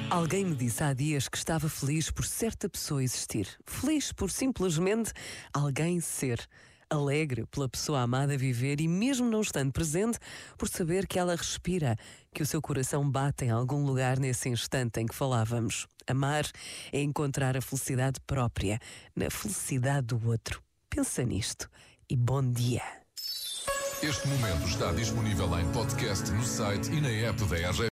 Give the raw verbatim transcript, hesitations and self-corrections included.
Alguém me disse há dias que estava feliz por certa pessoa existir. Feliz por simplesmente alguém ser. Alegre pela pessoa amada viver e, mesmo não estando presente, por saber que ela respira, que o seu coração bate em algum lugar nesse instante em que falávamos. Amar é encontrar a felicidade própria na felicidade do outro. Pensa nisto e bom dia. Este momento está disponível em podcast no site e na app da R G P.